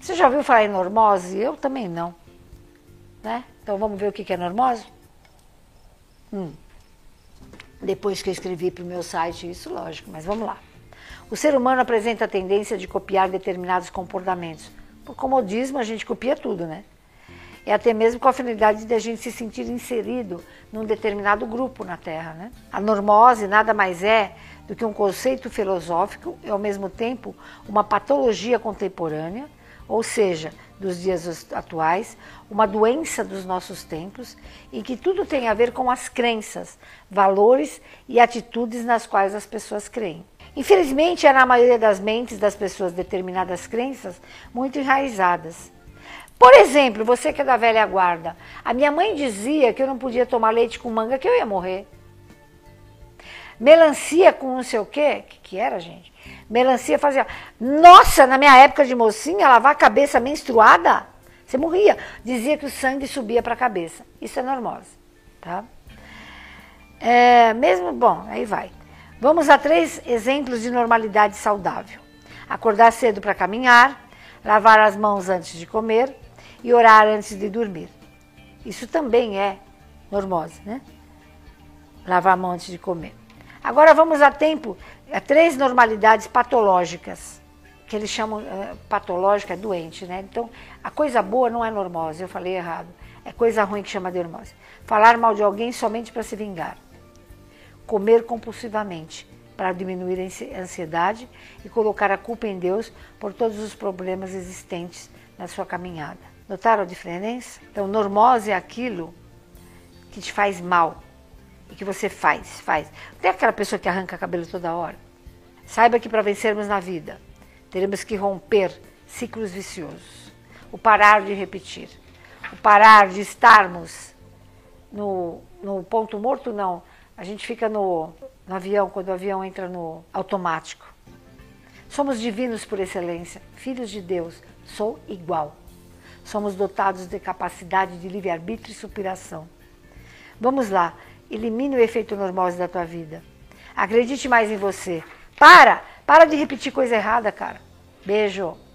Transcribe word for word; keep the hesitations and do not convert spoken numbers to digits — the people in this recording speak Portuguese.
Você já ouviu falar em normose? Eu também não. Né? Então vamos ver o que é normose? Hum. Depois que eu escrevi para o meu site isso, lógico, mas vamos lá. O ser humano apresenta a tendência de copiar determinados comportamentos. Por comodismo a gente copia tudo, né? É até mesmo com a finalidade de a gente se sentir inserido num determinado grupo na Terra, né? A normose nada mais é do que um conceito filosófico e ao mesmo tempo uma patologia contemporânea, ou seja, dos dias atuais, uma doença dos nossos tempos, e que tudo tem a ver com as crenças, valores e atitudes nas quais as pessoas creem. Infelizmente, é na maioria das mentes das pessoas determinadas crenças muito enraizadas. Por exemplo, você que é da velha guarda, a minha mãe dizia que eu não podia tomar leite com manga, que eu ia morrer. Melancia com não sei o quê, o que, que era, gente? Melancia fazia... Nossa, na minha época de mocinha, lavar a cabeça menstruada, você morria. Dizia que o sangue subia para a cabeça. Isso é normose, tá? É, mesmo, bom, aí vai. Vamos a três exemplos de normalidade saudável. Acordar cedo para caminhar, lavar as mãos antes de comer e orar antes de dormir. Isso também é normose, né? Lavar a mão antes de comer. Agora vamos a tempo, a três normalidades patológicas, que eles chamam, uh, patológica é doente, né? Então, a coisa boa não é normose, eu falei errado. É coisa ruim que chama de normose. Falar mal de alguém somente para se vingar. Comer compulsivamente, para diminuir a ansiedade e colocar a culpa em Deus por todos os problemas existentes na sua caminhada. Notaram a diferença? Então, normose é aquilo que te faz mal. E que você faz, faz. Tem aquela pessoa que arranca cabelo toda hora? Saiba que para vencermos na vida, teremos que romper ciclos viciosos. O parar de repetir. O parar de estarmos no, no ponto morto, não. A gente fica no, no avião, quando o avião entra no automático. Somos divinos por excelência, filhos de Deus, sou igual. Somos dotados de capacidade de livre-arbítrio e superação. Vamos lá. Elimine o efeito normose da tua vida. Acredite mais em você. Para! Para de repetir coisa errada, cara. Beijo.